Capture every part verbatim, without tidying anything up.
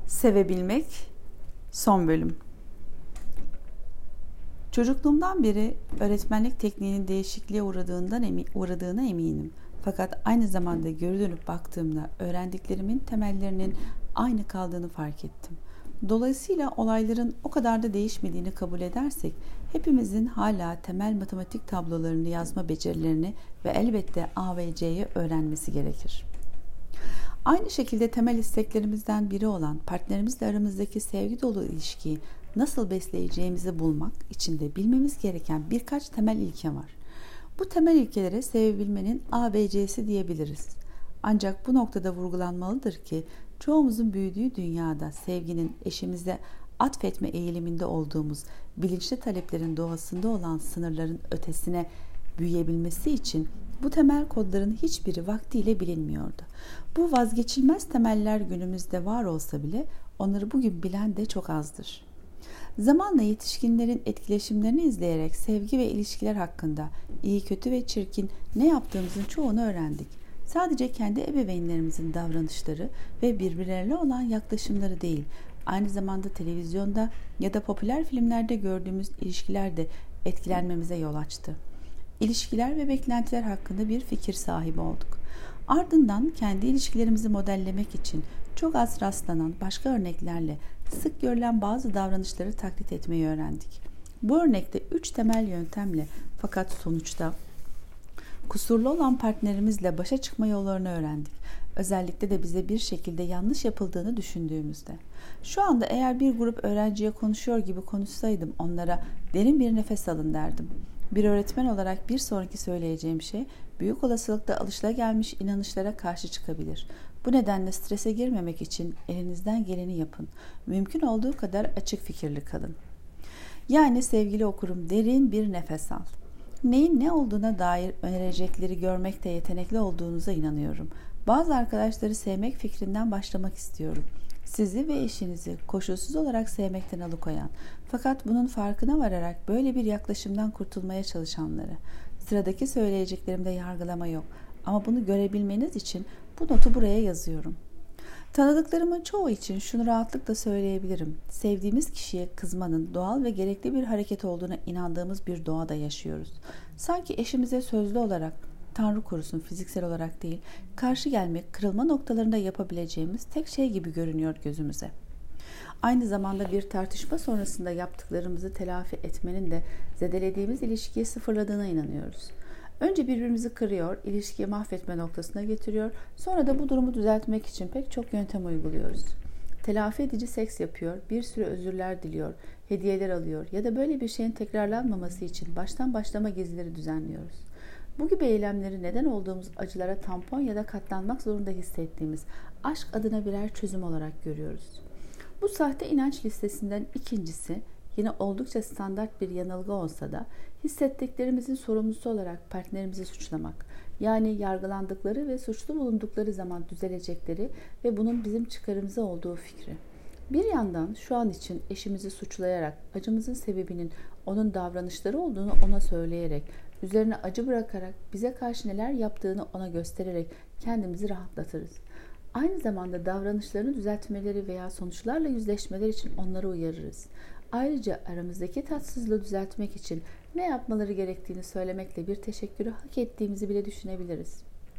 Sevebilmek son bölüm. Çocukluğumdan beri öğretmenlik tekniğinin değişikliğe uğradığından emi, uğradığına eminim. Fakat aynı zamanda geri dönüp baktığımda öğrendiklerimin temellerinin aynı kaldığını fark ettim. Dolayısıyla olayların o kadar da değişmediğini kabul edersek, hepimizin hala temel matematik tablolarını yazma becerilerini ve elbette A ve C'yi öğrenmesi gerekir. Aynı şekilde temel isteklerimizden biri olan partnerimizle aramızdaki sevgi dolu ilişkiyi nasıl besleyeceğimizi bulmak için de bilmemiz gereken birkaç temel ilke var. Bu temel ilkelere sevebilmenin A B C'si diyebiliriz. Ancak bu noktada vurgulanmalıdır ki çoğumuzun büyüdüğü dünyada sevginin eşimize atfetme eğiliminde olduğumuz bilinçli taleplerin doğasında olan sınırların ötesine büyüyebilmesi için bu temel kodların hiçbiri vaktiyle bilinmiyordu. Bu vazgeçilmez temeller günümüzde var olsa bile onları bugün bilen de çok azdır. Zamanla yetişkinlerin etkileşimlerini izleyerek sevgi ve ilişkiler hakkında iyi, kötü ve çirkin ne yaptığımızın çoğunu öğrendik. Sadece kendi ebeveynlerimizin davranışları ve birbirlerine olan yaklaşımları değil, aynı zamanda televizyonda ya da popüler filmlerde gördüğümüz ilişkiler de etkilenmemize yol açtı. İlişkiler ve beklentiler hakkında bir fikir sahibi olduk. Ardından kendi ilişkilerimizi modellemek için çok az rastlanan başka örneklerle sık görülen bazı davranışları taklit etmeyi öğrendik. Bu örnekte üç temel yöntemle fakat sonuçta kusurlu olan partnerimizle başa çıkma yollarını öğrendik. Özellikle de bize bir şekilde yanlış yapıldığını düşündüğümüzde. Şu anda eğer bir grup öğrenciye konuşuyor gibi konuşsaydım onlara derin bir nefes alın derdim. Bir öğretmen olarak bir sonraki söyleyeceğim şey büyük olasılıkla alışılagelmiş inanışlara karşı çıkabilir. Bu nedenle strese girmemek için elinizden geleni yapın. Mümkün olduğu kadar açık fikirli kalın. Yani sevgili okurum, derin bir nefes al. Neyin ne olduğuna dair önerecekleri görmekte yetenekli olduğunuza inanıyorum. Bazı arkadaşları sevmek fikrinden başlamak istiyorum. Sizi ve eşinizi koşulsuz olarak sevmekten alıkoyan, fakat bunun farkına vararak böyle bir yaklaşımdan kurtulmaya çalışanları. Sıradaki söyleyeceklerimde yargılama yok ama bunu görebilmeniz için bu notu buraya yazıyorum. Tanıdıklarımın çoğu için şunu rahatlıkla söyleyebilirim. Sevdiğimiz kişiye kızmanın doğal ve gerekli bir hareket olduğuna inandığımız bir doğada yaşıyoruz. Sanki eşimize sözlü olarak, Tanrı korusun fiziksel olarak değil, karşı gelmek, kırılma noktalarında yapabileceğimiz tek şey gibi görünüyor gözümüze. Aynı zamanda bir tartışma sonrasında yaptıklarımızı telafi etmenin de zedelediğimiz ilişkiyi sıfırladığına inanıyoruz. Önce birbirimizi kırıyor, ilişkiyi mahvetme noktasına getiriyor, sonra da bu durumu düzeltmek için pek çok yöntem uyguluyoruz. Telafi edici seks yapıyor, bir sürü özürler diliyor, hediyeler alıyor ya da böyle bir şeyin tekrarlanmaması için baştan başlama gezileri düzenliyoruz. Bu gibi eylemleri neden olduğumuz acılara tampon ya da katlanmak zorunda hissettiğimiz aşk adına birer çözüm olarak görüyoruz. Bu sahte inanç listesinden ikincisi, yine oldukça standart bir yanılgı olsa da hissettiklerimizin sorumlusu olarak partnerimizi suçlamak. Yani yargılandıkları ve suçlu bulundukları zaman düzelecekleri ve bunun bizim çıkarımıza olduğu fikri. Bir yandan şu an için eşimizi suçlayarak acımızın sebebinin onun davranışları olduğunu ona söyleyerek, üzerine acı bırakarak bize karşı neler yaptığını ona göstererek kendimizi rahatlatırız. Aynı zamanda davranışlarını düzeltmeleri veya sonuçlarla yüzleşmeleri için onları uyarırız. Ayrıca aramızdaki tatsızlığı düzeltmek için ne yapmaları gerektiğini söylemekle bir teşekkürü hak ettiğimizi bile düşünebiliriz.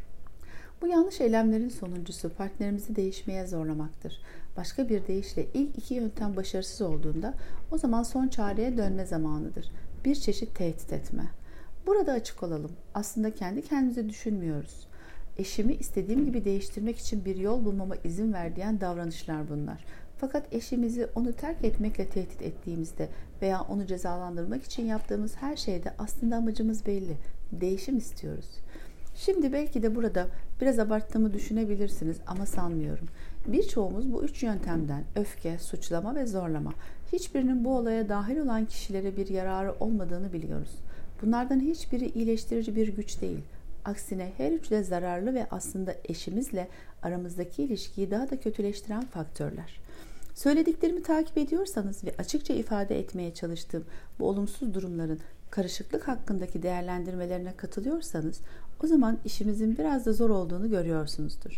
Bu yanlış eylemlerin sonuncusu partnerimizi değişmeye zorlamaktır. Başka bir deyişle ilk iki yöntem başarısız olduğunda o zaman son çareye dönme zamanıdır. Bir çeşit tehdit etme. Burada açık olalım. Aslında kendi kendimizi düşünmüyoruz. Eşimi istediğim gibi değiştirmek için bir yol bulmama izin ver diyen davranışlar bunlar. Fakat eşimizi onu terk etmekle tehdit ettiğimizde veya onu cezalandırmak için yaptığımız her şeyde aslında amacımız belli. Değişim istiyoruz. Şimdi belki de burada biraz abarttığımı düşünebilirsiniz ama sanmıyorum. Birçoğumuz bu üç yöntemden öfke, suçlama ve zorlama, hiçbirinin bu olaya dahil olan kişilere bir yararı olmadığını biliyoruz. Bunlardan hiçbiri iyileştirici bir güç değil. Aksine her üçü de zararlı ve aslında eşimizle aramızdaki ilişkiyi daha da kötüleştiren faktörler. Söylediklerimi takip ediyorsanız ve açıkça ifade etmeye çalıştığım bu olumsuz durumların karışıklık hakkındaki değerlendirmelerine katılıyorsanız o zaman işimizin biraz da zor olduğunu görüyorsunuzdur.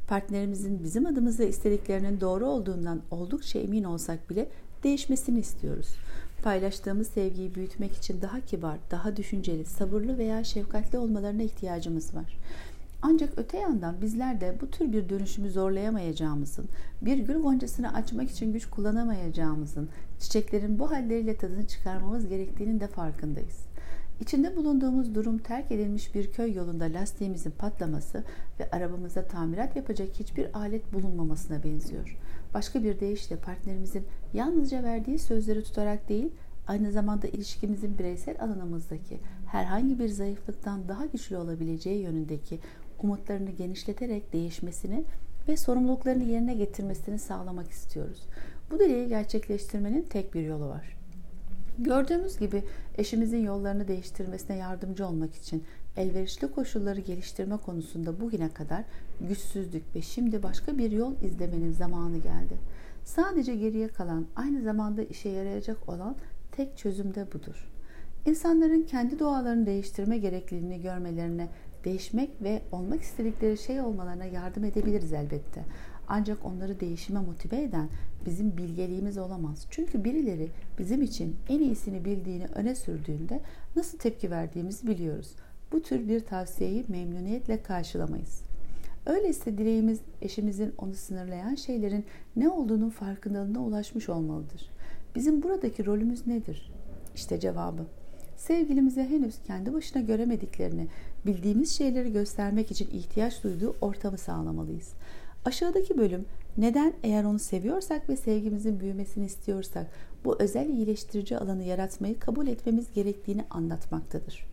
Partnerimizin bizim adımızda istediklerinin doğru olduğundan oldukça emin olsak bile değişmesini istiyoruz. Paylaştığımız sevgiyi büyütmek için daha kibar, daha düşünceli, sabırlı veya şefkatli olmalarına ihtiyacımız var. Ancak öte yandan bizler de bu tür bir dönüşümü zorlayamayacağımızın, bir gül goncasını açmak için güç kullanamayacağımızın, çiçeklerin bu halleriyle tadını çıkarmamız gerektiğinin de farkındayız. İçinde bulunduğumuz durum terk edilmiş bir köy yolunda lastiğimizin patlaması ve arabamıza tamirat yapacak hiçbir alet bulunmamasına benziyor. Başka bir deyişle partnerimizin yalnızca verdiği sözleri tutarak değil, aynı zamanda ilişkimizin bireysel alanımızdaki herhangi bir zayıflıktan daha güçlü olabileceği yönündeki umutlarını genişleterek değişmesini ve sorumluluklarını yerine getirmesini sağlamak istiyoruz. Bu dileği gerçekleştirmenin tek bir yolu var. Gördüğümüz gibi eşimizin yollarını değiştirmesine yardımcı olmak için elverişli koşulları geliştirme konusunda bugüne kadar güçsüzdük ve şimdi başka bir yol izlemenin zamanı geldi. Sadece geriye kalan, aynı zamanda işe yarayacak olan tek çözüm de budur. İnsanların kendi doğalarını değiştirme gerekliliğini görmelerine, değişmek ve olmak istedikleri şey olmalarına yardım edebiliriz elbette. Ancak onları değişime motive eden bizim bilgeliğimiz olamaz. Çünkü birileri bizim için en iyisini bildiğini öne sürdüğünde nasıl tepki verdiğimizi biliyoruz. Bu tür bir tavsiyeyi memnuniyetle karşılamayız. Öyleyse dileğimiz eşimizin onu sınırlayan şeylerin ne olduğunun farkındalığına ulaşmış olmalıdır. Bizim buradaki rolümüz nedir? İşte cevabı. Sevgilimize henüz kendi başına göremediklerini, bildiğimiz şeyleri göstermek için ihtiyaç duyduğu ortamı sağlamalıyız. Aşağıdaki bölüm neden eğer onu seviyorsak ve sevgimizin büyümesini istiyorsak bu özel iyileştirici alanı yaratmayı kabul etmemiz gerektiğini anlatmaktadır.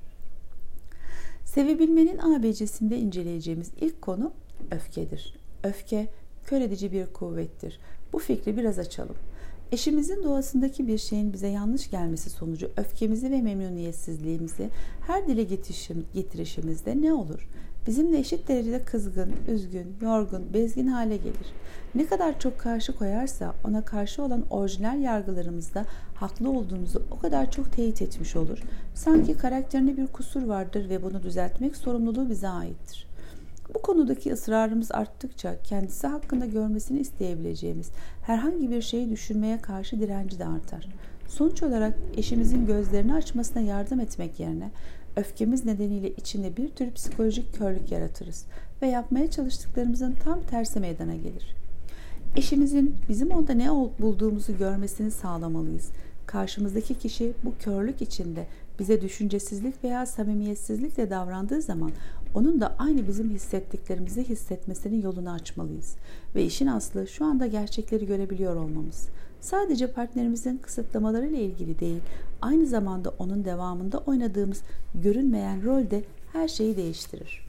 Sevebilmenin A B C'sinde inceleyeceğimiz ilk konu öfkedir. Öfke kör edici bir kuvvettir. Bu fikri biraz açalım. Eşimizin doğasındaki bir şeyin bize yanlış gelmesi sonucu öfkemizi ve memnuniyetsizliğimizi her dile getirişimizde ne olur? Bizimle eşit derecede kızgın, üzgün, yorgun, bezgin hale gelir. Ne kadar çok karşı koyarsa ona karşı olan orijinal yargılarımızda haklı olduğumuzu o kadar çok teyit etmiş olur. Sanki karakterinde bir kusur vardır ve bunu düzeltmek sorumluluğu bize aittir. Bu konudaki ısrarımız arttıkça kendisi hakkında görmesini isteyebileceğimiz herhangi bir şeyi düşünmeye karşı direnci de artar. Sonuç olarak eşimizin gözlerini açmasına yardım etmek yerine öfkemiz nedeniyle içinde bir tür psikolojik körlük yaratırız ve yapmaya çalıştıklarımızın tam tersi meydana gelir. Eşimizin bizim onda ne bulduğumuzu görmesini sağlamalıyız. Karşımızdaki kişi bu körlük içinde bize düşüncesizlik veya samimiyetsizlikle davrandığı zaman onun da aynı bizim hissettiklerimizi hissetmesinin yolunu açmalıyız. Ve işin aslı şu anda gerçekleri görebiliyor olmamız. Sadece partnerimizin kısıtlamalarıyla ilgili değil, aynı zamanda onun devamında oynadığımız görünmeyen rol de her şeyi değiştirir.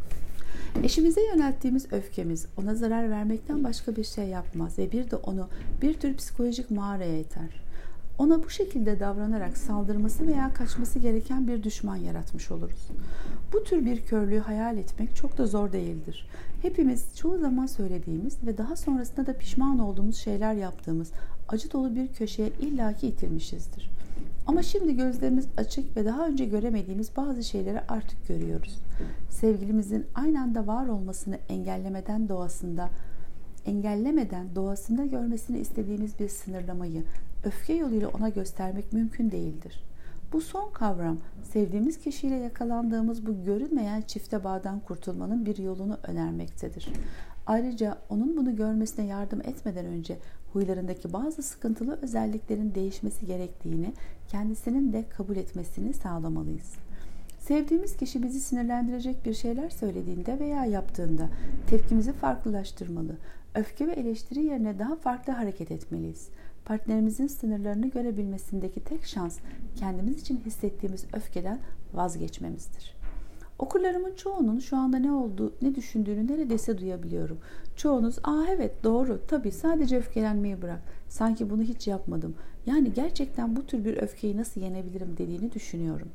Eşimize yönelttiğimiz öfkemiz ona zarar vermekten başka bir şey yapmaz ve bir de onu bir tür psikolojik mağaraya iter. Ona bu şekilde davranarak saldırması veya kaçması gereken bir düşman yaratmış oluruz. Bu tür bir körlüğü hayal etmek çok da zor değildir. Hepimiz çoğu zaman söylediğimiz ve daha sonrasında da pişman olduğumuz şeyler yaptığımız acı dolu bir köşeye illaki itilmişizdir. Ama şimdi gözlerimiz açık ve daha önce göremediğimiz bazı şeyleri artık görüyoruz. Sevgilimizin aynı anda var olmasını engellemeden doğasında, engellemeden doğasında görmesini istediğimiz bir sınırlamayı öfke yoluyla ona göstermek mümkün değildir. Bu son kavram, sevdiğimiz kişiyle yakalandığımız bu görünmeyen çifte bağdan kurtulmanın bir yolunu önermektedir. Ayrıca onun bunu görmesine yardım etmeden önce huylarındaki bazı sıkıntılı özelliklerin değişmesi gerektiğini kendisinin de kabul etmesini sağlamalıyız. Sevdiğimiz kişi bizi sinirlendirecek bir şeyler söylediğinde veya yaptığında tepkimizi farklılaştırmalı. Öfke ve eleştiri yerine daha farklı hareket etmeliyiz. Partnerimizin sınırlarını görebilmesindeki tek şans kendimiz için hissettiğimiz öfkeden vazgeçmemizdir. Okurlarımın çoğunun şu anda ne olduğu, ne düşündüğünü neredeyse duyabiliyorum. Çoğunuz, "Aa evet doğru, tabii sadece öfkelenmeyi bırak. Sanki bunu hiç yapmadım. Yani gerçekten bu tür bir öfkeyi nasıl yenebilirim?" dediğini düşünüyorum.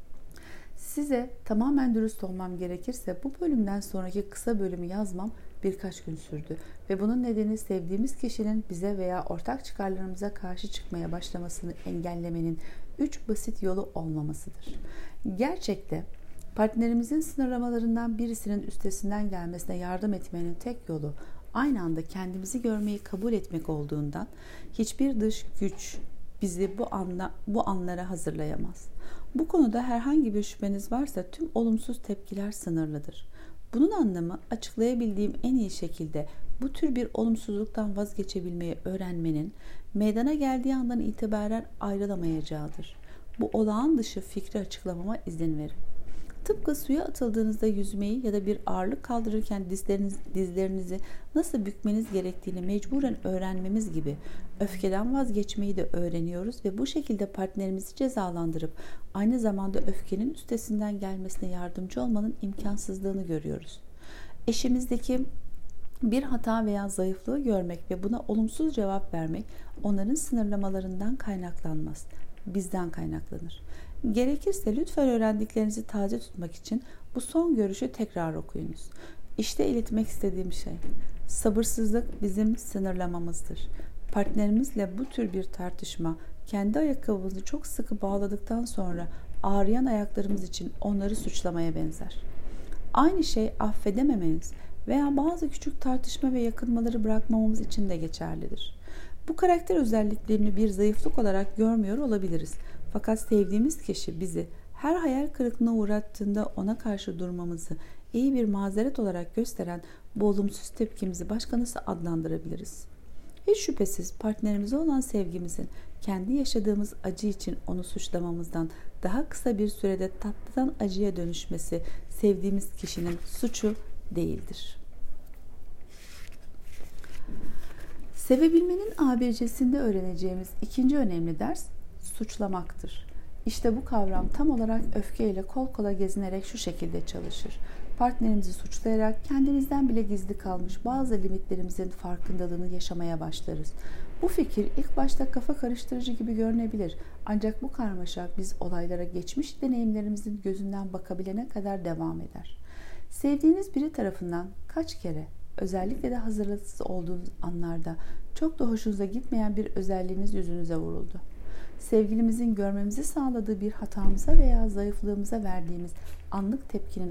Size tamamen dürüst olmam gerekirse bu bölümden sonraki kısa bölümü yazmam birkaç gün sürdü ve bunun nedeni sevdiğimiz kişinin bize veya ortak çıkarlarımıza karşı çıkmaya başlamasını engellemenin üç basit yolu olmamasıdır. Gerçekte Partnerimizin sınırlamalarından birisinin üstesinden gelmesine yardım etmenin tek yolu aynı anda kendimizi görmeyi kabul etmek olduğundan hiçbir dış güç bizi bu anla, bu anlara hazırlayamaz. Bu konuda herhangi bir şüpheniz varsa tüm olumsuz tepkiler sınırlıdır. Bunun anlamı açıklayabildiğim en iyi şekilde bu tür bir olumsuzluktan vazgeçebilmeyi öğrenmenin meydana geldiği andan itibaren ayrılamayacağıdır. Bu olağan dışı fikri açıklamama izin verin. Tıpkı suya atıldığınızda yüzmeyi ya da bir ağırlık kaldırırken dizleriniz, dizlerinizi nasıl bükmeniz gerektiğini mecburen öğrenmemiz gibi öfkeden vazgeçmeyi de öğreniyoruz ve bu şekilde partnerimizi cezalandırıp aynı zamanda öfkenin üstesinden gelmesine yardımcı olmanın imkansızlığını görüyoruz. Eşimizdeki bir hata veya zayıflığı görmek ve buna olumsuz cevap vermek onların sınırlamalarından kaynaklanmaz, bizden kaynaklanır. Gerekirse lütfen öğrendiklerinizi taze tutmak için bu son görüşü tekrar okuyunuz. İşte iletmek istediğim şey, sabırsızlık bizim sınırlamamızdır. Partnerimizle bu tür bir tartışma, kendi ayakkabımızı çok sıkı bağladıktan sonra ağrıyan ayaklarımız için onları suçlamaya benzer. Aynı şey affedememeniz veya bazı küçük tartışma ve yakınmaları bırakmamamız için de geçerlidir. Bu karakter özelliklerini bir zayıflık olarak görmüyor olabiliriz. Fakat sevdiğimiz kişi bizi her hayal kırıklığına uğrattığında ona karşı durmamızı iyi bir mazeret olarak gösteren bu olumsuz tepkimizi başka nasıl adlandırabiliriz? Hiç şüphesiz partnerimize olan sevgimizin kendi yaşadığımız acı için onu suçlamamızdan daha kısa bir sürede tatlıdan acıya dönüşmesi sevdiğimiz kişinin suçu değildir. Sevebilmenin A B C'sinde öğreneceğimiz ikinci önemli ders suçlamaktır. İşte bu kavram tam olarak öfkeyle kol kola gezinerek şu şekilde çalışır. Partnerimizi suçlayarak kendimizden bile gizli kalmış bazı limitlerimizin farkındalığını yaşamaya başlarız. Bu fikir ilk başta kafa karıştırıcı gibi görünebilir. Ancak bu karmaşa biz olaylara geçmiş deneyimlerimizin gözünden bakabilene kadar devam eder. Sevdiğiniz biri tarafından kaç kere, özellikle de hazırlıksız olduğunuz anlarda çok da hoşunuza gitmeyen bir özelliğiniz yüzünüze vuruldu. Sevgilimizin görmemizi sağladığı bir hatamıza veya zayıflığımıza verdiğimiz anlık tepkinin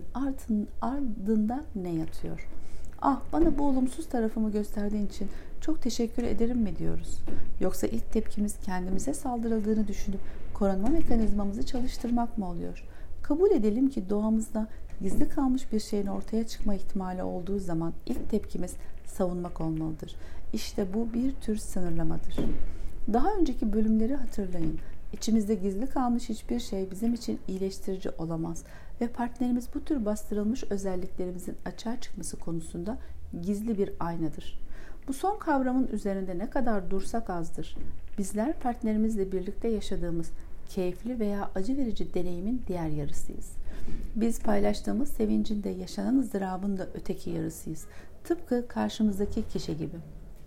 ardında ne yatıyor? Ah, bana bu olumsuz tarafımı gösterdiğin için çok teşekkür ederim mi diyoruz? Yoksa ilk tepkimiz kendimize saldırıldığını düşünüp korunma mekanizmamızı çalıştırmak mı oluyor? Kabul edelim ki doğamızda gizli kalmış bir şeyin ortaya çıkma ihtimali olduğu zaman ilk tepkimiz savunmak olmalıdır. İşte bu bir tür sınırlamadır. Daha önceki bölümleri hatırlayın. İçimizde gizli kalmış hiçbir şey bizim için iyileştirici olamaz ve partnerimiz bu tür bastırılmış özelliklerimizin açığa çıkması konusunda gizli bir aynadır. Bu son kavramın üzerinde ne kadar dursak azdır. Bizler partnerimizle birlikte yaşadığımız keyifli veya acı verici deneyimin diğer yarısıyız. Biz paylaştığımız sevincin de yaşanan ızdırabın da öteki yarısıyız. Tıpkı karşımızdaki kişi gibi.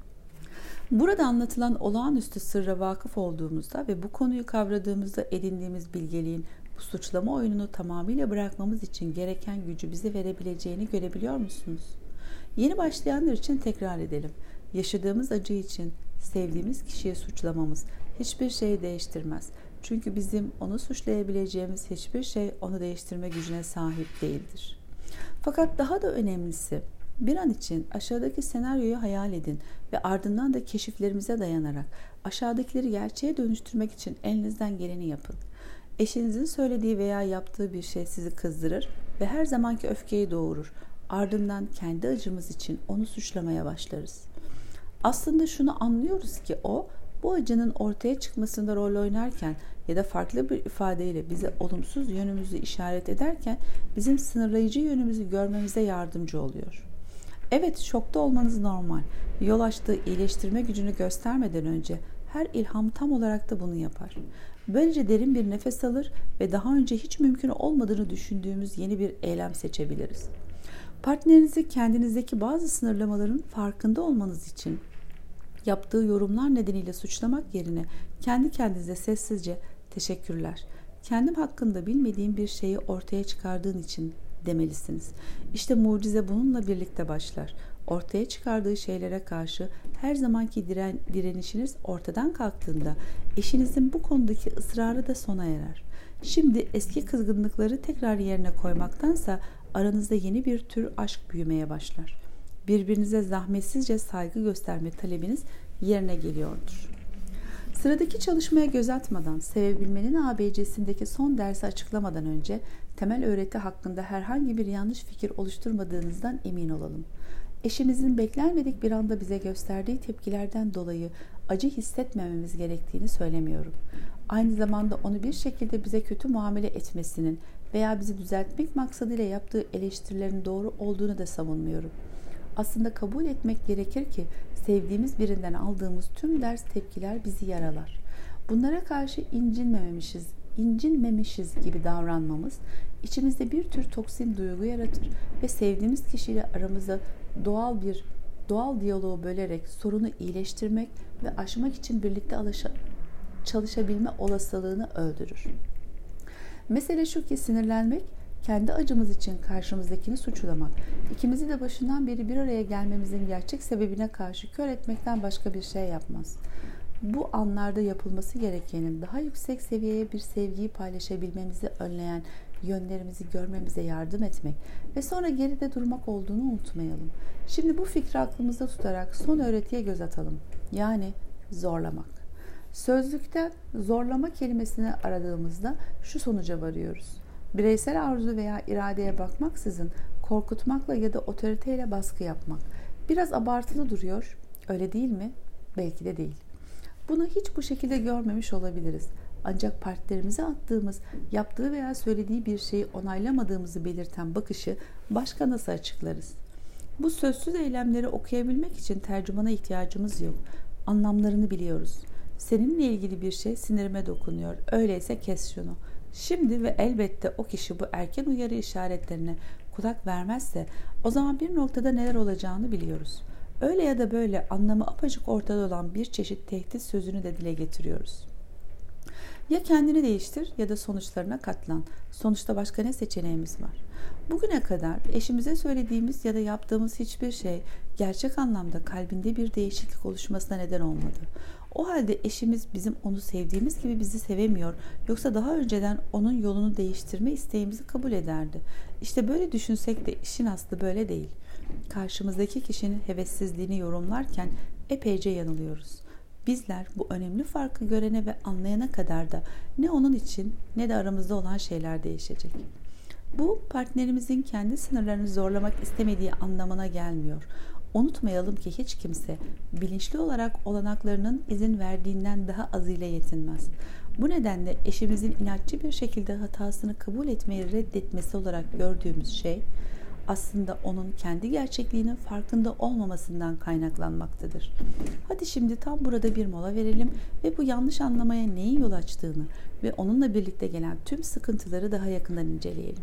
Burada anlatılan olağanüstü sırra vakıf olduğumuzda ve bu konuyu kavradığımızda edindiğimiz bilgeliğin bu suçlama oyununu tamamıyla bırakmamız için gereken gücü bize verebileceğini görebiliyor musunuz? Yeni başlayanlar için tekrar edelim. Yaşadığımız acı için sevdiğimiz kişiye suçlamamız hiçbir şeyi değiştirmez. Çünkü bizim onu suçlayabileceğimiz hiçbir şey onu değiştirme gücüne sahip değildir. Fakat daha da önemlisi, bir an için aşağıdaki senaryoyu hayal edin ve ardından da keşiflerimize dayanarak aşağıdakileri gerçeğe dönüştürmek için elinizden geleni yapın. Eşinizin söylediği veya yaptığı bir şey sizi kızdırır ve her zamanki öfkeyi doğurur. Ardından kendi acımız için onu suçlamaya başlarız. Aslında şunu anlıyoruz ki o, bu acının ortaya çıkmasında rol oynarken ya da farklı bir ifadeyle bize olumsuz yönümüzü işaret ederken bizim sınırlayıcı yönümüzü görmemize yardımcı oluyor. Evet, şokta olmanız normal. Yol açtığı iyileştirme gücünü göstermeden önce her ilham tam olarak da bunu yapar. Böylece derin bir nefes alır ve daha önce hiç mümkün olmadığını düşündüğümüz yeni bir eylem seçebiliriz. Partnerinizi kendinizdeki bazı sınırlamaların farkında olmanız için yaptığı yorumlar nedeniyle suçlamak yerine kendi kendinize sessizce teşekkürler, kendim hakkında bilmediğim bir şeyi ortaya çıkardığın için demelisiniz. İşte mucize bununla birlikte başlar. Ortaya çıkardığı şeylere karşı her zamanki diren, direnişiniz ortadan kalktığında eşinizin bu konudaki ısrarı da sona erer. Şimdi eski kızgınlıkları tekrar yerine koymaktansa aranızda yeni bir tür aşk büyümeye başlar. Birbirinize zahmetsizce saygı gösterme talebiniz yerine geliyordur. Sıradaki çalışmaya göz atmadan, sevebilmenin A B C'sindeki son dersi açıklamadan önce temel öğreti hakkında herhangi bir yanlış fikir oluşturmadığınızdan emin olalım. Eşimizin beklenmedik bir anda bize gösterdiği tepkilerden dolayı acı hissetmememiz gerektiğini söylemiyorum. Aynı zamanda onu bir şekilde bize kötü muamele etmesinin veya bizi düzeltmek maksadıyla yaptığı eleştirilerin doğru olduğunu da savunmuyorum. Aslında kabul etmek gerekir ki sevdiğimiz birinden aldığımız tüm ders tepkiler bizi yaralar. Bunlara karşı incinmemişiz, incinmemişiz gibi davranmamız içimizde bir tür toksin duygu yaratır ve sevdiğimiz kişiyle aramızda doğal bir doğal diyaloğu bölerek sorunu iyileştirmek ve aşmak için birlikte alışa, çalışabilme olasılığını öldürür. Mesele şu ki sinirlenmek, kendi acımız için karşımızdakini suçlamak, ikimizi de başından beri bir araya gelmemizin gerçek sebebine karşı kör etmekten başka bir şey yapmaz. Bu anlarda yapılması gerekenin daha yüksek seviyeye bir sevgiyi paylaşabilmemizi önleyen yönlerimizi görmemize yardım etmek ve sonra geride durmak olduğunu unutmayalım. Şimdi bu fikri aklımızda tutarak son öğretiye göz atalım. Yani zorlamak. Sözlükten zorlama kelimesini aradığımızda şu sonuca varıyoruz. Bireysel arzu veya iradeye bakmaksızın korkutmakla ya da otoriteyle baskı yapmak. Biraz abartılı duruyor, öyle değil mi? Belki de değil. Bunu hiç bu şekilde görmemiş olabiliriz. Ancak partnerimize attığımız, yaptığı veya söylediği bir şeyi onaylamadığımızı belirten bakışı başka nasıl açıklarız? Bu sözsüz eylemleri okuyabilmek için tercümana ihtiyacımız yok. Anlamlarını biliyoruz. Seninle ilgili bir şey sinirime dokunuyor. Öyleyse kes şunu. Şimdi ve elbette o kişi bu erken uyarı işaretlerine kulak vermezse o zaman bir noktada neler olacağını biliyoruz. Öyle ya da böyle anlamı apaçık ortada olan bir çeşit tehdit sözünü de dile getiriyoruz. Ya kendini değiştir ya da sonuçlarına katlan. Sonuçta başka ne seçeneğimiz var? Bugüne kadar eşimize söylediğimiz ya da yaptığımız hiçbir şey gerçek anlamda kalbinde bir değişiklik oluşmasına neden olmadı. O halde eşimiz bizim onu sevdiğimiz gibi bizi sevemiyor, yoksa daha önceden onun yolunu değiştirme isteğimizi kabul ederdi. İşte böyle düşünsek de işin aslı böyle değil. Karşımızdaki kişinin hevessizliğini yorumlarken epeyce yanılıyoruz. Bizler bu önemli farkı görene ve anlayana kadar da ne onun için ne de aramızda olan şeyler değişecek. Bu partnerimizin kendi sınırlarını zorlamak istemediği anlamına gelmiyor. Unutmayalım ki hiç kimse bilinçli olarak olanaklarının izin verdiğinden daha azıyla yetinmez. Bu nedenle eşimizin inatçı bir şekilde hatasını kabul etmeyi reddetmesi olarak gördüğümüz şey aslında onun kendi gerçekliğinin farkında olmamasından kaynaklanmaktadır. Hadi şimdi tam burada bir mola verelim ve bu yanlış anlamaya neyin yol açtığını ve onunla birlikte gelen tüm sıkıntıları daha yakından inceleyelim.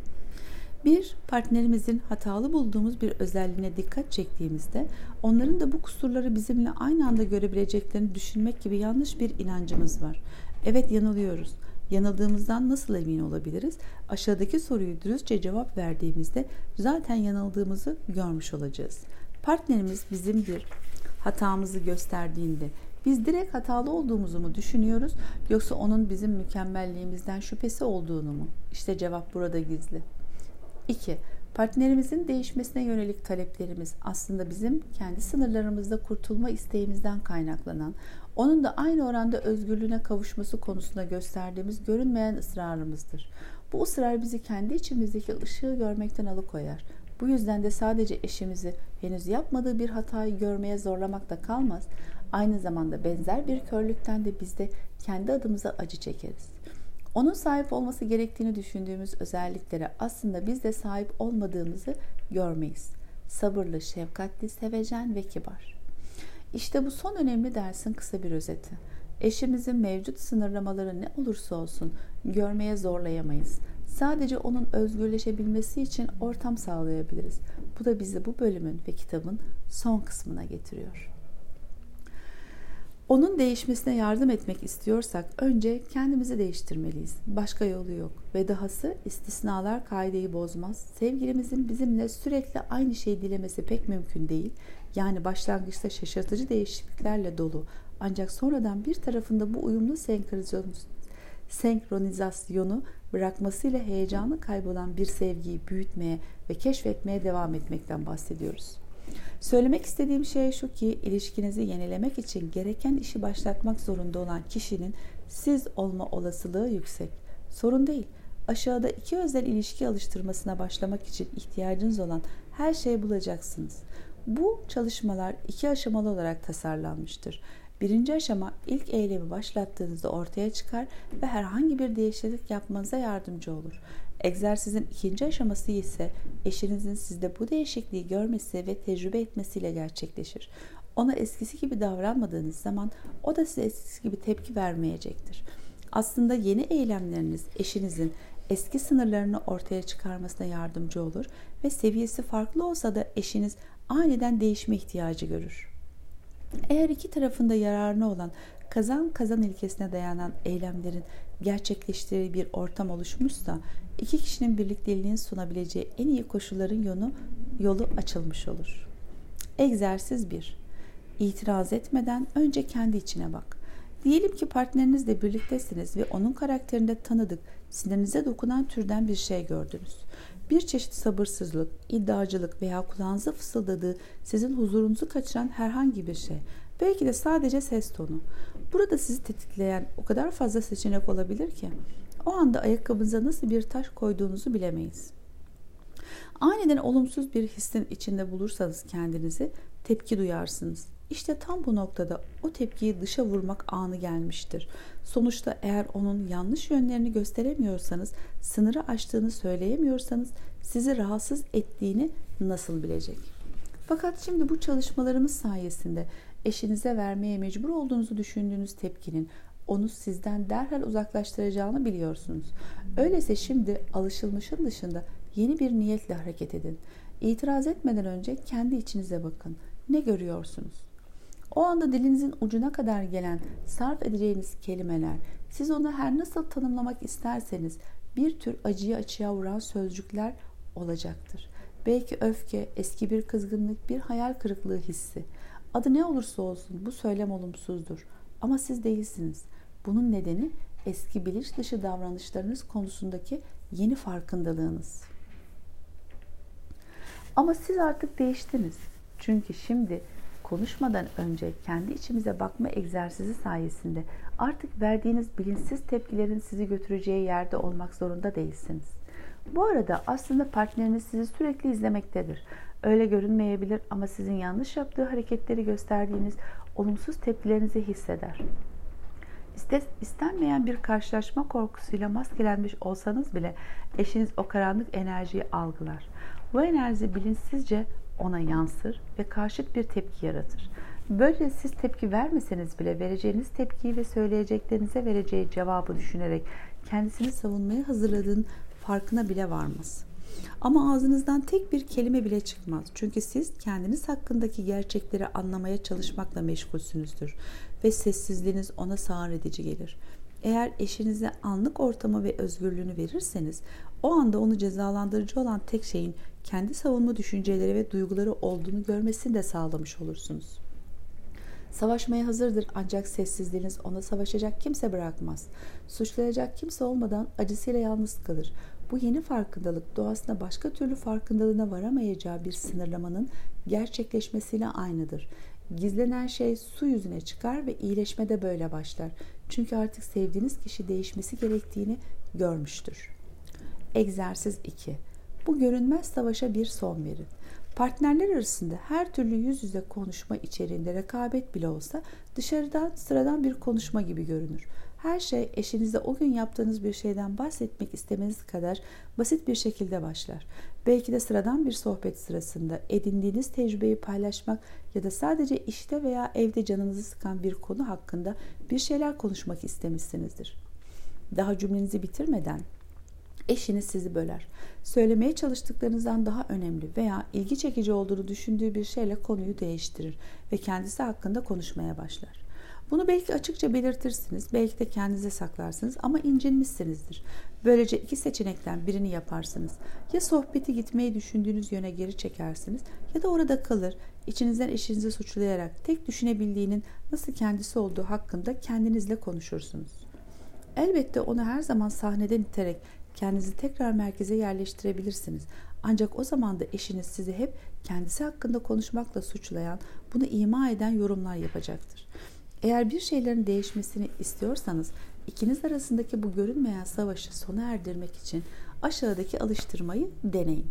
Bir, partnerimizin hatalı bulduğumuz bir özelliğine dikkat çektiğimizde onların da bu kusurları bizimle aynı anda görebileceklerini düşünmek gibi yanlış bir inancımız var. Evet, yanılıyoruz. Yanıldığımızdan nasıl emin olabiliriz? Aşağıdaki soruyu dürüstçe cevap verdiğimizde zaten yanıldığımızı görmüş olacağız. Partnerimiz bizim bir hatamızı gösterdiğinde biz direkt hatalı olduğumuzu mu düşünüyoruz, yoksa onun bizim mükemmelliğimizden şüphesi olduğunu mu? İşte cevap burada gizli. İki, partnerimizin değişmesine yönelik taleplerimiz aslında bizim kendi sınırlarımızda kurtulma isteğimizden kaynaklanan, onun da aynı oranda özgürlüğüne kavuşması konusunda gösterdiğimiz görünmeyen ısrarımızdır. Bu ısrar bizi kendi içimizdeki ışığı görmekten alıkoyar. Bu yüzden de sadece eşimizi henüz yapmadığı bir hatayı görmeye zorlamakla kalmaz, aynı zamanda benzer bir körlükten de biz de kendi adımıza acı çekeriz. Onun sahip olması gerektiğini düşündüğümüz özelliklere aslında biz de sahip olmadığımızı görmeyiz. Sabırlı, şefkatli, sevecen ve kibar. İşte bu son önemli dersin kısa bir özeti. Eşimizin mevcut sınırlamaları ne olursa olsun görmeye zorlayamayız. Sadece onun özgürleşebilmesi için ortam sağlayabiliriz. Bu da bizi bu bölümün ve kitabın son kısmına getiriyor. Onun değişmesine yardım etmek istiyorsak önce kendimizi değiştirmeliyiz. Başka yolu yok. Ve dahası istisnalar kaideyi bozmaz. Sevgilimizin bizimle sürekli aynı şeyi dilemesi pek mümkün değil. Yani başlangıçta şaşırtıcı değişikliklerle dolu. Ancak sonradan bir tarafında bu uyumlu Senkronizasyonu bırakmasıyla heyecanı kaybolan bir sevgiyi büyütmeye ve keşfetmeye devam etmekten bahsediyoruz. Söylemek istediğim şey şu ki, ilişkinizi yenilemek için gereken işi başlatmak zorunda olan kişinin siz olma olasılığı yüksek. Sorun değil. Aşağıda iki özel ilişki alıştırmasına başlamak için ihtiyacınız olan her şeyi bulacaksınız. Bu çalışmalar iki aşamalı olarak tasarlanmıştır. Birinci aşama, ilk eylemi başlattığınızda ortaya çıkar ve herhangi bir değişiklik yapmanıza yardımcı olur. Egzersizin ikinci aşaması ise eşinizin sizde bu değişikliği görmesi ve tecrübe etmesiyle gerçekleşir. Ona eskisi gibi davranmadığınız zaman o da size eskisi gibi tepki vermeyecektir. Aslında yeni eylemleriniz eşinizin eski sınırlarını ortaya çıkarmasına yardımcı olur ve seviyesi farklı olsa da eşiniz aniden değişme ihtiyacı görür. Eğer iki tarafında yararına olan kazan kazan ilkesine dayanan eylemlerin gerçekleştiği bir ortam oluşmuşsa, iki kişinin birlikteliğini sunabileceği en iyi koşulların yolu, yolu açılmış olur. Egzersiz bir. İtiraz etmeden önce kendi içine bak. Diyelim ki partnerinizle birliktesiniz ve onun karakterinde tanıdık, sinirinize dokunan türden bir şey gördünüz. Bir çeşit sabırsızlık, iddiacılık veya kulağınıza fısıldadığı, sizin huzurunuzu kaçıran herhangi bir şey. Belki de sadece ses tonu. Burada sizi tetikleyen o kadar fazla seçenek olabilir ki, o anda ayakkabınıza nasıl bir taş koyduğunuzu bilemeyiz. Aniden olumsuz bir hissin içinde bulursanız kendinizi, tepki duyarsınız. İşte tam bu noktada o tepkiyi dışa vurmak anı gelmiştir. Sonuçta eğer onun yanlış yönlerini gösteremiyorsanız, sınırı aştığını söyleyemiyorsanız, sizi rahatsız ettiğini nasıl bilecek? Fakat şimdi bu çalışmalarımız sayesinde eşinize vermeye mecbur olduğunuzu düşündüğünüz tepkinin onu sizden derhal uzaklaştıracağını biliyorsunuz. Öyleyse şimdi alışılmışın dışında yeni bir niyetle hareket edin. İtiraz etmeden önce kendi içinize bakın. Ne görüyorsunuz? O anda dilinizin ucuna kadar gelen sarf edeceğiniz kelimeler, siz onu her nasıl tanımlamak isterseniz bir tür acıyı açığa vuran sözcükler olacaktır. Belki öfke, eski bir kızgınlık, bir hayal kırıklığı hissi. Adı ne olursa olsun bu söylem olumsuzdur. Ama siz değilsiniz. Bunun nedeni eski bilinç dışı davranışlarınız konusundaki yeni farkındalığınız. Ama siz artık değiştiniz. Çünkü şimdi konuşmadan önce kendi içimize bakma egzersizi sayesinde artık verdiğiniz bilinçsiz tepkilerin sizi götüreceği yerde olmak zorunda değilsiniz. Bu arada aslında partneriniz sizi sürekli izlemektedir. Öyle görünmeyebilir ama sizin yanlış yaptığı hareketleri gösterdiğiniz olumsuz tepkilerinizi hisseder. İstenmeyen bir karşılaşma korkusuyla maskelenmiş olsanız bile eşiniz o karanlık enerjiyi algılar. Bu enerji bilinçsizce ona yansır ve karşıt bir tepki yaratır. Böylece siz tepki vermeseniz bile vereceğiniz tepkiyi ve söyleyeceklerinize vereceği cevabı düşünerek kendisini savunmaya hazırladığın farkına bile varmaz. Ama ağzınızdan tek bir kelime bile çıkmaz. Çünkü siz kendiniz hakkındaki gerçekleri anlamaya çalışmakla meşgulsünüzdür ve sessizliğiniz ona sağır edici gelir. Eğer eşinize anlık ortamı ve özgürlüğünü verirseniz, o anda onu cezalandırıcı olan tek şeyin kendi savunma düşünceleri ve duyguları olduğunu görmesini de sağlamış olursunuz. Savaşmaya hazırdır ancak sessizliğiniz ona savaşacak kimse bırakmaz. Suçlayacak kimse olmadan acısıyla yalnız kalır. Bu yeni farkındalık doğasında başka türlü farkındalığına varamayacağı bir sınırlamanın gerçekleşmesiyle aynıdır. Gizlenen şey su yüzüne çıkar ve iyileşme de böyle başlar. Çünkü artık sevdiğiniz kişi değişmesi gerektiğini görmüştür. Egzersiz iki. Bu görünmez savaşa bir son verin. Partnerler arasında her türlü yüz yüze konuşma içeriğinde rekabet bile olsa dışarıdan sıradan bir konuşma gibi görünür. Her şey eşinize o gün yaptığınız bir şeyden bahsetmek istemeniz kadar basit bir şekilde başlar. Belki de sıradan bir sohbet sırasında edindiğiniz tecrübeyi paylaşmak ya da sadece işte veya evde canınızı sıkan bir konu hakkında bir şeyler konuşmak istemişsinizdir. Daha cümlenizi bitirmeden eşiniz sizi böler. Söylemeye çalıştıklarınızdan daha önemli veya ilgi çekici olduğunu düşündüğü bir şeyle konuyu değiştirir ve kendisi hakkında konuşmaya başlar. Bunu belki açıkça belirtirsiniz, belki de kendinize saklarsınız ama incinmişsinizdir. Böylece iki seçenekten birini yaparsınız. Ya sohbeti gitmeyi düşündüğünüz yöne geri çekersiniz ya da orada kalır, içinizden eşinizi suçlayarak tek düşünebildiğinin nasıl kendisi olduğu hakkında kendinizle konuşursunuz. Elbette onu her zaman sahneden iterek kendinizi tekrar merkeze yerleştirebilirsiniz. Ancak o zaman da eşiniz sizi hep kendisi hakkında konuşmakla suçlayan, bunu ima eden yorumlar yapacaktır. Eğer bir şeylerin değişmesini istiyorsanız, ikiniz arasındaki bu görünmeyen savaşı sona erdirmek için aşağıdaki alıştırmayı deneyin.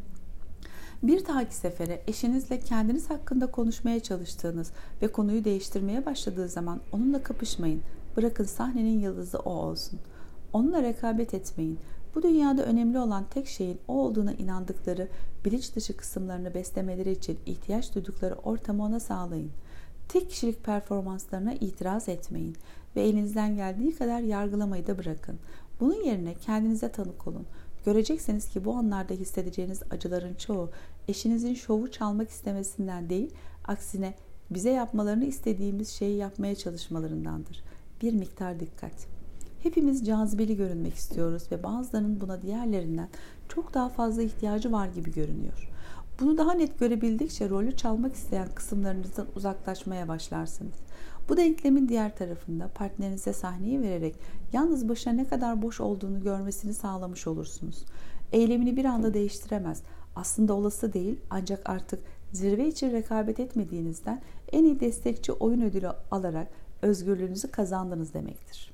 Bir dahaki sefere eşinizle kendiniz hakkında konuşmaya çalıştığınız ve konuyu değiştirmeye başladığı zaman onunla kapışmayın. Bırakın sahnenin yıldızı o olsun. Onunla rekabet etmeyin. Bu dünyada önemli olan tek şeyin o olduğuna inandıkları bilinç dışı kısımlarını beslemeleri için ihtiyaç duydukları ortamı ona sağlayın. Tek kişilik performanslarına itiraz etmeyin ve elinizden geldiği kadar yargılamayı da bırakın. Bunun yerine kendinize tanık olun. Göreceksiniz ki bu anlarda hissedeceğiniz acıların çoğu eşinizin şovu çalmak istemesinden değil, aksine bize yapmalarını istediğimiz şeyi yapmaya çalışmalarındandır. Bir miktar dikkat. Hepimiz cazibeli görünmek istiyoruz ve bazılarının buna diğerlerinden çok daha fazla ihtiyacı var gibi görünüyor. Bunu daha net görebildikçe rolü çalmak isteyen kısımlarınızdan uzaklaşmaya başlarsınız. Bu denklemin diğer tarafında partnerinize sahneyi vererek yalnız başına ne kadar boş olduğunu görmesini sağlamış olursunuz. Eylemini bir anda değiştiremez. Aslında olası değil, ancak artık zirve için rekabet etmediğinizden en iyi destekçi oyun ödülü alarak özgürlüğünüzü kazandınız demektir.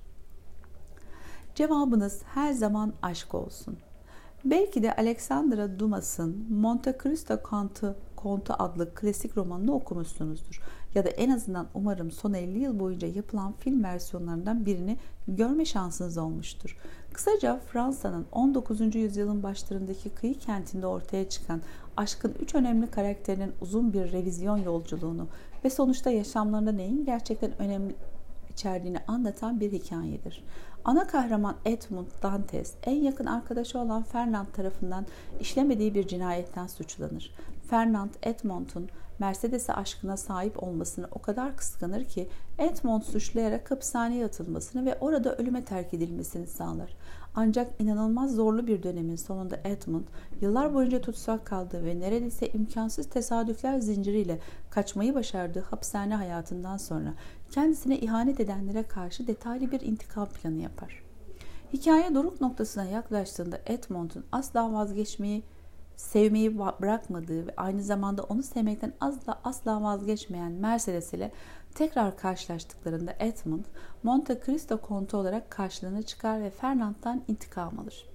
Cevabınız her zaman aşk olsun. Belki de Alexandra Dumas'ın Monte Cristo Kontu, Kontu adlı klasik romanını okumuşsunuzdur. Ya da en azından umarım son elli yıl boyunca yapılan film versiyonlarından birini görme şansınız olmuştur. Kısaca Fransa'nın on dokuzuncu yüzyılın başlarındaki kıyı kentinde ortaya çıkan aşkın üç önemli karakterinin uzun bir revizyon yolculuğunu ve sonuçta yaşamlarında neyin gerçekten önemli içerdiğini anlatan bir hikayedir. Ana kahraman Edmond Dantes, en yakın arkadaşı olan Fernand tarafından işlemediği bir cinayetten suçlanır. Fernand, Edmond'un Mercedes'e aşkına sahip olmasını o kadar kıskanır ki Edmond suçlayarak hapishaneye atılmasını ve orada ölüme terk edilmesini sağlar. Ancak inanılmaz zorlu bir dönemin sonunda Edmond, yıllar boyunca tutsak kaldığı ve neredeyse imkansız tesadüfler zinciriyle kaçmayı başardığı hapishane hayatından sonra kendisine ihanet edenlere karşı detaylı bir intikam planı yapar. Hikaye doruk noktasına yaklaştığında Edmond'un asla vazgeçmeyi, sevmeyi bırakmadığı ve aynı zamanda onu sevmekten asla asla vazgeçmeyen Mercedes ile tekrar karşılaştıklarında Edmond, Monte Cristo Kontu olarak karşılığına çıkar ve Fernand'dan intikam alır.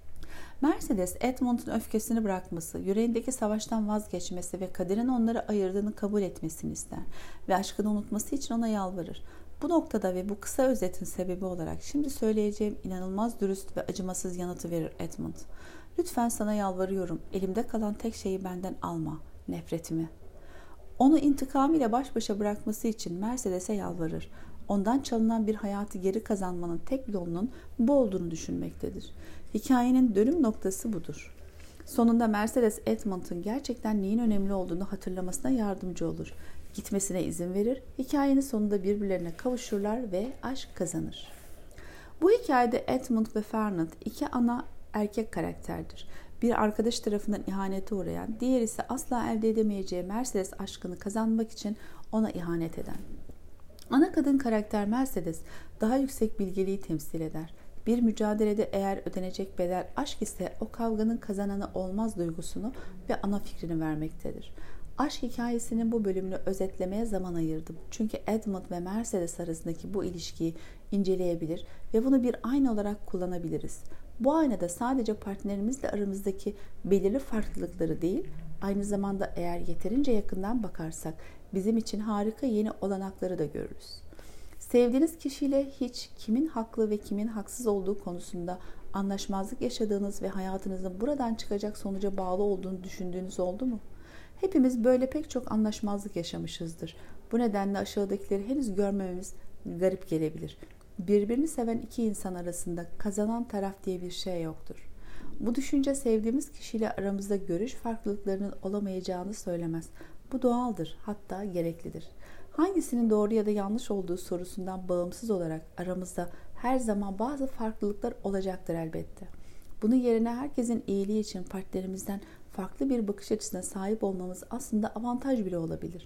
Mercedes, Edmond'un öfkesini bırakması, yüreğindeki savaştan vazgeçmesi ve kaderin onları ayırdığını kabul etmesini ister ve aşkını unutması için ona yalvarır. Bu noktada ve bu kısa özetin sebebi olarak şimdi söyleyeceğim inanılmaz dürüst ve acımasız yanıtı verir Edmond. Lütfen sana yalvarıyorum, elimde kalan tek şeyi benden alma, nefretimi. Onu intikamıyla baş başa bırakması için Mercedes'e yalvarır. Ondan çalınan bir hayatı geri kazanmanın tek yolunun bu olduğunu düşünmektedir. Hikayenin dönüm noktası budur. Sonunda Mercedes, Edmond'un gerçekten neyin önemli olduğunu hatırlamasına yardımcı olur. Gitmesine izin verir, hikayenin sonunda birbirlerine kavuşurlar ve aşk kazanır. Bu hikayede Edmond ve Fernand iki ana erkek karakterdir. Bir arkadaş tarafından ihanete uğrayan, diğer ise asla elde edemeyeceği Mercedes aşkını kazanmak için ona ihanet eden. Ana kadın karakter Mercedes daha yüksek bilgeliği temsil eder. Bir mücadelede eğer ödenecek bedel aşk ise o kavganın kazananı olmaz duygusunu ve ana fikrini vermektedir. Aşk hikayesinin bu bölümünü özetlemeye zaman ayırdım. Çünkü Edmond ve Mercedes arasındaki bu ilişkiyi inceleyebilir ve bunu bir ayna olarak kullanabiliriz. Bu aynada sadece partnerimizle aramızdaki belirli farklılıkları değil, aynı zamanda eğer yeterince yakından bakarsak bizim için harika yeni olanakları da görürüz. Sevdiğiniz kişiyle hiç kimin haklı ve kimin haksız olduğu konusunda anlaşmazlık yaşadığınız ve hayatınızın buradan çıkacak sonuca bağlı olduğunu düşündüğünüz oldu mu? Hepimiz böyle pek çok anlaşmazlık yaşamışızdır. Bu nedenle aşağıdakileri henüz görmememiz garip gelebilir. Birbirini seven iki insan arasında kazanan taraf diye bir şey yoktur. Bu düşünce sevdiğimiz kişiyle aramızda görüş farklılıklarının olamayacağını söylemez. Bu doğaldır, hatta gereklidir. Hangisinin doğru ya da yanlış olduğu sorusundan bağımsız olarak aramızda her zaman bazı farklılıklar olacaktır elbette. Bunun yerine herkesin iyiliği için partnerimizden farklı bir bakış açısına sahip olmamız aslında avantaj bile olabilir.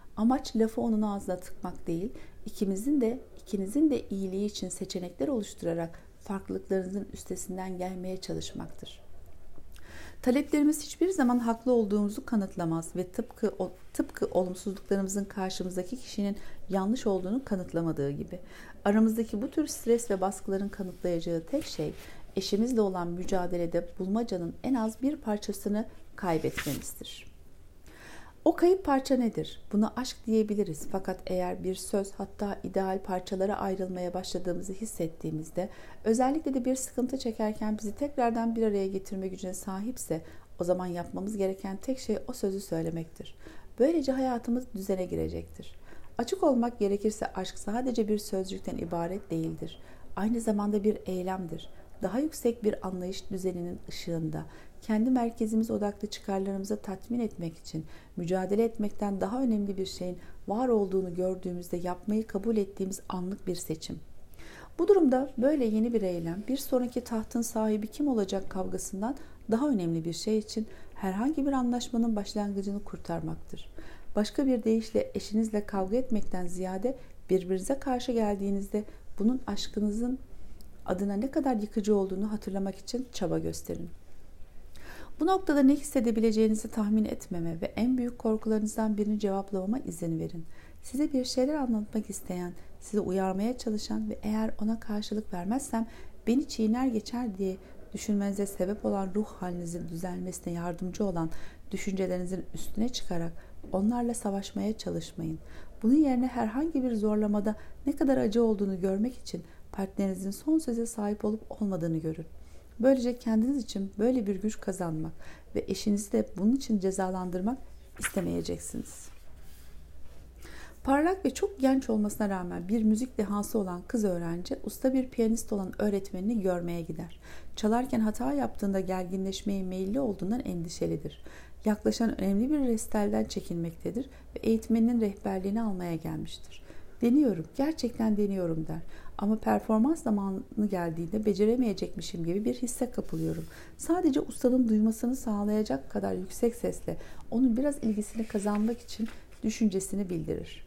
Amaç lafı onun ağzına tıkmak değil, ikimizin de ikinizin de iyiliği için seçenekler oluşturarak farklılıklarınızın üstesinden gelmeye çalışmaktır. Taleplerimiz hiçbir zaman haklı olduğumuzu kanıtlamaz ve tıpkı tıpkı olumsuzluklarımızın karşımızdaki kişinin yanlış olduğunu kanıtlamadığı gibi aramızdaki bu tür stres ve baskıların kanıtlayacağı tek şey eşimizle olan mücadelede bulmacanın en az bir parçasını kaybetmemizdir. O kayıp parça nedir? Buna aşk diyebiliriz. Fakat eğer bir söz, hatta ideal parçalara ayrılmaya başladığımızı hissettiğimizde, özellikle de bir sıkıntı çekerken bizi tekrardan bir araya getirme gücüne sahipse, o zaman yapmamız gereken tek şey o sözü söylemektir. Böylece hayatımız düzene girecektir. Açık olmak gerekirse aşk sadece bir sözcükten ibaret değildir. Aynı zamanda bir eylemdir. Daha yüksek bir anlayış düzeninin ışığında, kendi merkezimiz odaklı çıkarlarımızı tatmin etmek için mücadele etmekten daha önemli bir şeyin var olduğunu gördüğümüzde yapmayı kabul ettiğimiz anlık bir seçim. Bu durumda böyle yeni bir eylem, bir sonraki tahtın sahibi kim olacak kavgasından daha önemli bir şey için herhangi bir anlaşmanın başlangıcını kurtarmaktır. Başka bir deyişle eşinizle kavga etmekten ziyade birbirinize karşı geldiğinizde bunun aşkınızın adına ne kadar yıkıcı olduğunu hatırlamak için çaba gösterin. Bu noktada ne hissedebileceğinizi tahmin etmeme ve en büyük korkularınızdan birini cevaplamama izin verin. Size bir şeyler anlatmak isteyen, sizi uyarmaya çalışan ve eğer ona karşılık vermezsem beni çiğner geçer diye düşünmenize sebep olan ruh halinizin düzelmesine yardımcı olan düşüncelerinizin üstüne çıkarak onlarla savaşmaya çalışmayın. Bunun yerine herhangi bir zorlamada ne kadar acı olduğunu görmek için partnerinizin son söze sahip olup olmadığını görün. Böylece kendiniz için böyle bir güç kazanmak ve eşinizi de bunun için cezalandırmak istemeyeceksiniz. Parlak ve çok genç olmasına rağmen bir müzik dehası olan kız öğrenci, usta bir piyanist olan öğretmenini görmeye gider. Çalarken hata yaptığında gerginleşmeye meyilli olduğundan endişelidir. Yaklaşan önemli bir resitalden çekinmektedir ve eğitmeninin rehberliğini almaya gelmiştir. Deniyorum, gerçekten deniyorum der. Ama performans zamanı geldiğinde beceremeyecekmişim gibi bir hisse kapılıyorum. Sadece ustanın duymasını sağlayacak kadar yüksek sesle onun biraz ilgisini kazanmak için düşüncesini bildirir.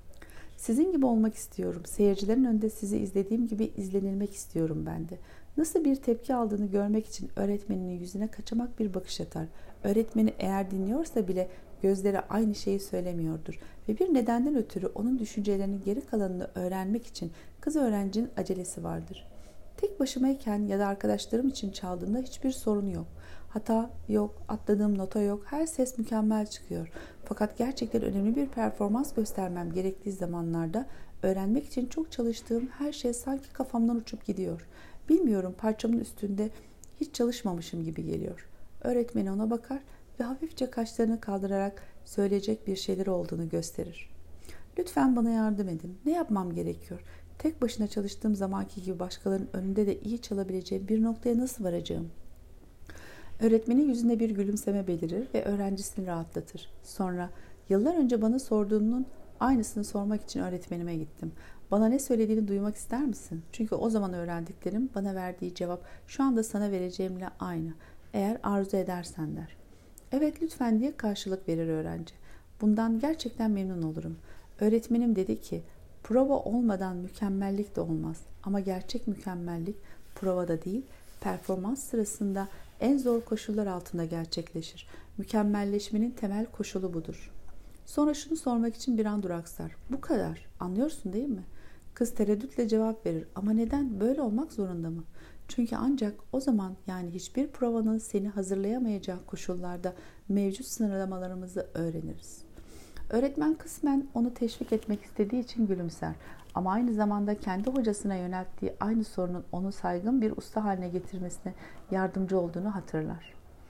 Sizin gibi olmak istiyorum. Seyircilerin önünde sizi izlediğim gibi izlenilmek istiyorum ben de. Nasıl bir tepki aldığını görmek için öğretmeninin yüzüne kaçamak bir bakış atar. Öğretmeni eğer dinliyorsa bile gözleri aynı şeyi söylemiyordur ve bir nedenden ötürü onun düşüncelerinin geri kalanını öğrenmek için kız öğrencinin acelesi vardır. Tek başımayken ya da arkadaşlarım için çaldığımda hiçbir sorun yok. Hata yok, atladığım nota yok, her ses mükemmel çıkıyor. Fakat gerçekten önemli bir performans göstermem gerektiği zamanlarda öğrenmek için çok çalıştığım her şey sanki kafamdan uçup gidiyor. Bilmiyorum, parçamın üstünde hiç çalışmamışım gibi geliyor. Öğretmeni ona bakar ve hafifçe kaşlarını kaldırarak söyleyecek bir şeyler olduğunu gösterir. Lütfen bana yardım edin. Ne yapmam gerekiyor? Tek başına çalıştığım zamanki gibi başkalarının önünde de iyi çalabileceğim bir noktaya nasıl varacağım? Öğretmenin yüzünde bir gülümseme belirir ve öğrencisini rahatlatır. Sonra yıllar önce bana sorduğunun aynısını sormak için öğretmenime gittim. Bana ne söylediğini duymak ister misin? Çünkü o zaman öğrendiklerim bana verdiği cevap şu anda sana vereceğimle aynı. Eğer arzu edersen der. Evet lütfen diye karşılık verir öğrenci. Bundan gerçekten memnun olurum. Öğretmenim dedi ki prova olmadan mükemmellik de olmaz. Ama gerçek mükemmellik provada değil, performans sırasında en zor koşullar altında gerçekleşir. Mükemmelleşmenin temel koşulu budur. Sonra şunu sormak için bir an duraksar. Bu kadar. Anlıyorsun değil mi? Kız tereddütle cevap verir. Ama neden? Böyle olmak zorunda mı? Çünkü ancak o zaman, yani hiçbir provanın seni hazırlayamayacağı koşullarda mevcut sınırlamalarımızı öğreniriz. Öğretmen kısmen onu teşvik etmek istediği için gülümser. Ama aynı zamanda kendi hocasına yönelttiği aynı sorunun onu saygın bir usta haline getirmesine yardımcı olduğunu hatırlar.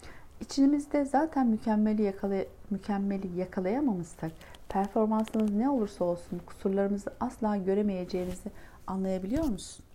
İçimizde zaten mükemmeli, yakalay mükemmeli yakalayamamışsak, performansımız ne olursa olsun kusurlarımızı asla göremeyeceğimizi anlayabiliyor musun?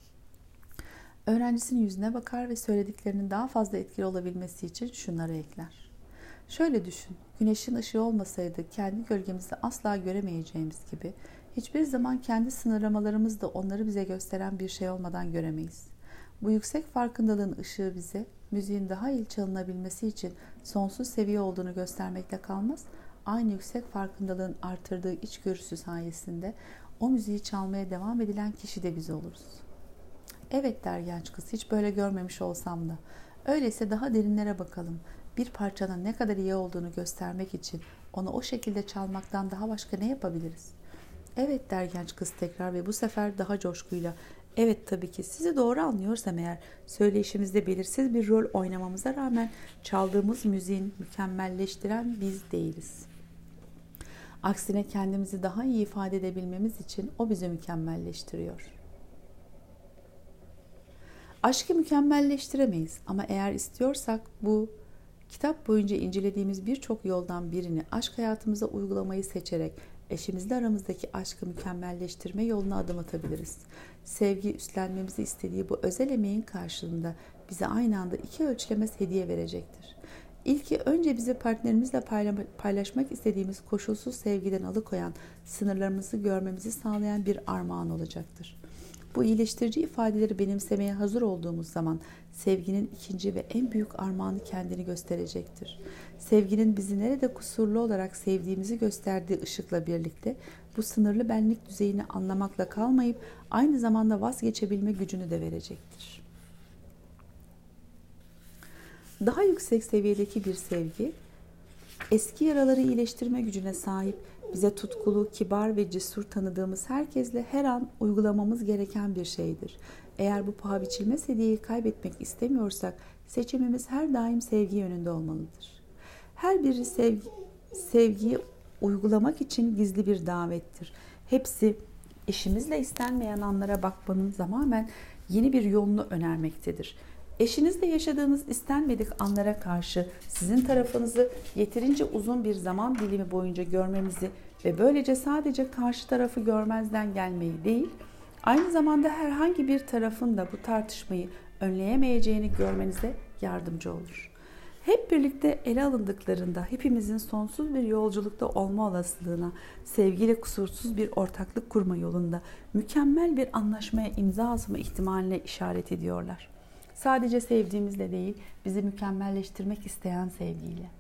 Öğrencisinin yüzüne bakar ve söylediklerinin daha fazla etkili olabilmesi için şunları ekler. Şöyle düşün, güneşin ışığı olmasaydı kendi gölgemizi asla göremeyeceğimiz gibi, hiçbir zaman kendi sınırlamalarımız da onları bize gösteren bir şey olmadan göremeyiz. Bu yüksek farkındalığın ışığı bize, müziğin daha iyi çalınabilmesi için sonsuz seviye olduğunu göstermekle kalmaz, aynı yüksek farkındalığın artırdığı içgörüsü sayesinde o müziği çalmaya devam edilen kişi de biz oluruz. Evet der genç kız, hiç böyle görmemiş olsam da. Öyleyse daha derinlere bakalım. Bir parçanın ne kadar iyi olduğunu göstermek için onu o şekilde çalmaktan daha başka ne yapabiliriz? Evet der genç kız tekrar ve bu sefer daha coşkuyla. Evet tabii ki, sizi doğru anlıyorsam eğer söyleyişimizde belirsiz bir rol oynamamıza rağmen çaldığımız müziğin mükemmelleştiren biz değiliz. Aksine kendimizi daha iyi ifade edebilmemiz için o bizi mükemmelleştiriyor. Aşkı mükemmelleştiremeyiz ama eğer istiyorsak bu kitap boyunca incelediğimiz birçok yoldan birini aşk hayatımıza uygulamayı seçerek eşimizle aramızdaki aşkı mükemmelleştirme yoluna adım atabiliriz. Sevgi üstlenmemizi istediği bu özel emeğin karşılığında bize aynı anda iki ölçülemez hediye verecektir. İlki önce bizi partnerimizle paylaşmak istediğimiz koşulsuz sevgiden alıkoyan, sınırlarımızı görmemizi sağlayan bir armağan olacaktır. Bu iyileştirici ifadeleri benimsemeye hazır olduğumuz zaman sevginin ikinci ve en büyük armağanı kendini gösterecektir. Sevginin bizi nerede kusurlu olarak sevdiğimizi gösterdiği ışıkla birlikte bu sınırlı benlik düzeyini anlamakla kalmayıp aynı zamanda vazgeçebilme gücünü de verecektir. Daha yüksek seviyedeki bir sevgi, eski yaraları iyileştirme gücüne sahip, bize tutkulu, kibar ve cesur tanıdığımız herkesle her an uygulamamız gereken bir şeydir. Eğer bu paha biçilmez hediyeyi kaybetmek istemiyorsak, seçimimiz her daim sevgi yönünde olmalıdır. Her biri sevgi, sevgiyi uygulamak için gizli bir davettir. Hepsi eşimizle istenmeyen anlara bakmanın tamamen yeni bir yolunu önermektedir. Eşinizle yaşadığınız istenmedik anlara karşı sizin tarafınızı yeterince uzun bir zaman dilimi boyunca görmemizi ve böylece sadece karşı tarafı görmezden gelmeyi değil, aynı zamanda herhangi bir tarafın da bu tartışmayı önleyemeyeceğini görmenize yardımcı olur. Hep birlikte ele alındıklarında hepimizin sonsuz bir yolculukta olma olasılığına, sevgiyle kusursuz bir ortaklık kurma yolunda mükemmel bir anlaşmaya imza atma ihtimaline işaret ediyorlar. Sadece sevdiğimizle değil, bizi mükemmelleştirmek isteyen sevgiyle.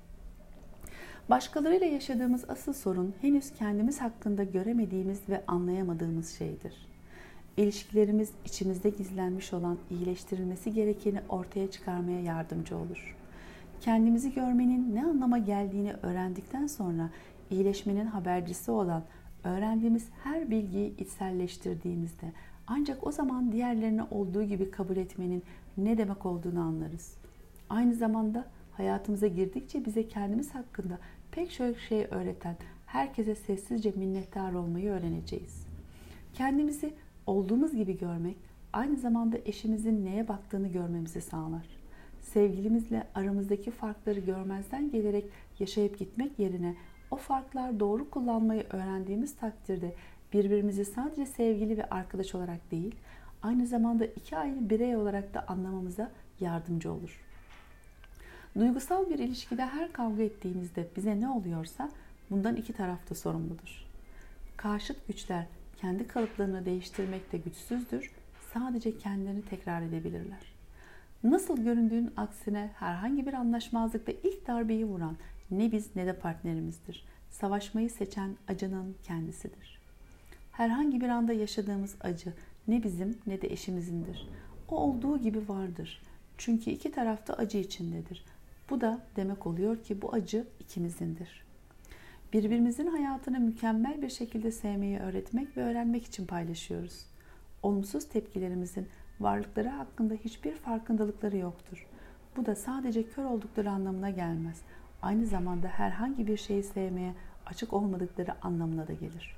Başkalarıyla yaşadığımız asıl sorun henüz kendimiz hakkında göremediğimiz ve anlayamadığımız şeydir. İlişkilerimiz içimizde gizlenmiş olan iyileştirilmesi gerekeni ortaya çıkarmaya yardımcı olur. Kendimizi görmenin ne anlama geldiğini öğrendikten sonra iyileşmenin habercisi olan öğrendiğimiz her bilgiyi içselleştirdiğimizde ancak o zaman diğerlerini olduğu gibi kabul etmenin ne demek olduğunu anlarız. Aynı zamanda hayatımıza girdikçe bize kendimiz hakkında pek çok şey öğreten herkese sessizce minnettar olmayı öğreneceğiz. Kendimizi olduğumuz gibi görmek aynı zamanda eşimizin neye baktığını görmemizi sağlar. Sevgilimizle aramızdaki farkları görmezden gelerek yaşayıp gitmek yerine o farklar doğru kullanmayı öğrendiğimiz takdirde birbirimizi sadece sevgili ve arkadaş olarak değil, aynı zamanda iki ayrı birey olarak da anlamamıza yardımcı olur. Duygusal bir ilişkide her kavga ettiğimizde bize ne oluyorsa bundan iki taraf da sorumludur. Karşıt güçler kendi kalıplarını değiştirmekte güçsüzdür, sadece kendilerini tekrar edebilirler. Nasıl göründüğünün aksine herhangi bir anlaşmazlıkta ilk darbeyi vuran ne biz ne de partnerimizdir. Savaşmayı seçen acının kendisidir. Herhangi bir anda yaşadığımız acı ne bizim ne de eşimizindir. O olduğu gibi vardır. Çünkü iki taraf da acı içindedir. Bu da demek oluyor ki bu acı ikimizindir. Birbirimizin hayatını mükemmel bir şekilde sevmeyi öğretmek ve öğrenmek için paylaşıyoruz. Olumsuz tepkilerimizin varlıkları hakkında hiçbir farkındalıkları yoktur. Bu da sadece kör oldukları anlamına gelmez. Aynı zamanda herhangi bir şeyi sevmeye açık olmadıkları anlamına da gelir.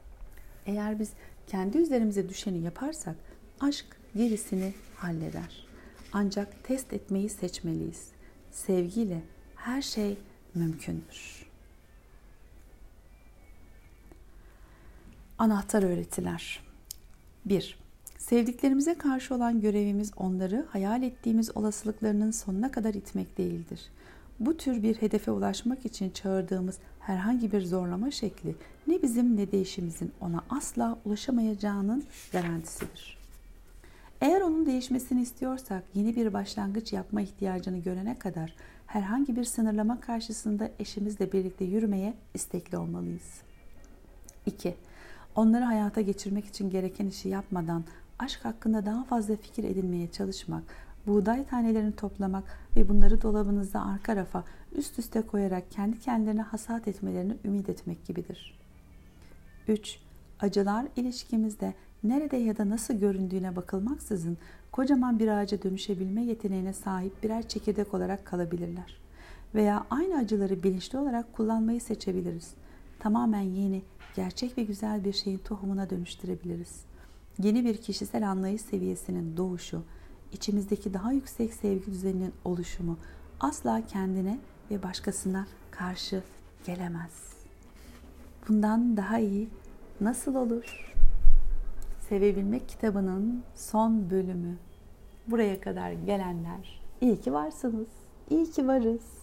Eğer biz kendi üzerimize düşeni yaparsak aşk gerisini halleder. Ancak test etmeyi seçmeliyiz. Sevgiyle her şey mümkündür. Anahtar öğretiler. bir. Sevdiklerimize karşı olan görevimiz onları hayal ettiğimiz olasılıklarının sonuna kadar itmek değildir. Bu tür bir hedefe ulaşmak için çağırdığımız herhangi bir zorlama şekli ne bizim ne de eşimizin ona asla ulaşamayacağının garantisidir. Eğer onun değişmesini istiyorsak yeni bir başlangıç yapma ihtiyacını görene kadar herhangi bir sınırlama karşısında eşimizle birlikte yürümeye istekli olmalıyız. iki. Onları hayata geçirmek için gereken işi yapmadan aşk hakkında daha fazla fikir edinmeye çalışmak, buğday tanelerini toplamak ve bunları dolabınızda arka rafa üst üste koyarak kendi kendilerine hasat etmelerini ümit etmek gibidir. üç. Acılar ilişkimizde nerede ya da nasıl göründüğüne bakılmaksızın kocaman bir ağaca dönüşebilme yeteneğine sahip birer çekirdek olarak kalabilirler. Veya aynı acıları bilinçli olarak kullanmayı seçebiliriz. Tamamen yeni, gerçek ve güzel bir şeyin tohumuna dönüştürebiliriz. Yeni bir kişisel anlayış seviyesinin doğuşu, içimizdeki daha yüksek sevgi düzeninin oluşumu asla kendine ve başkasına karşı gelemez. Bundan daha iyi nasıl olur? Sevebilmek kitabının son bölümü. Buraya kadar gelenler, iyi ki varsınız, iyi ki varız.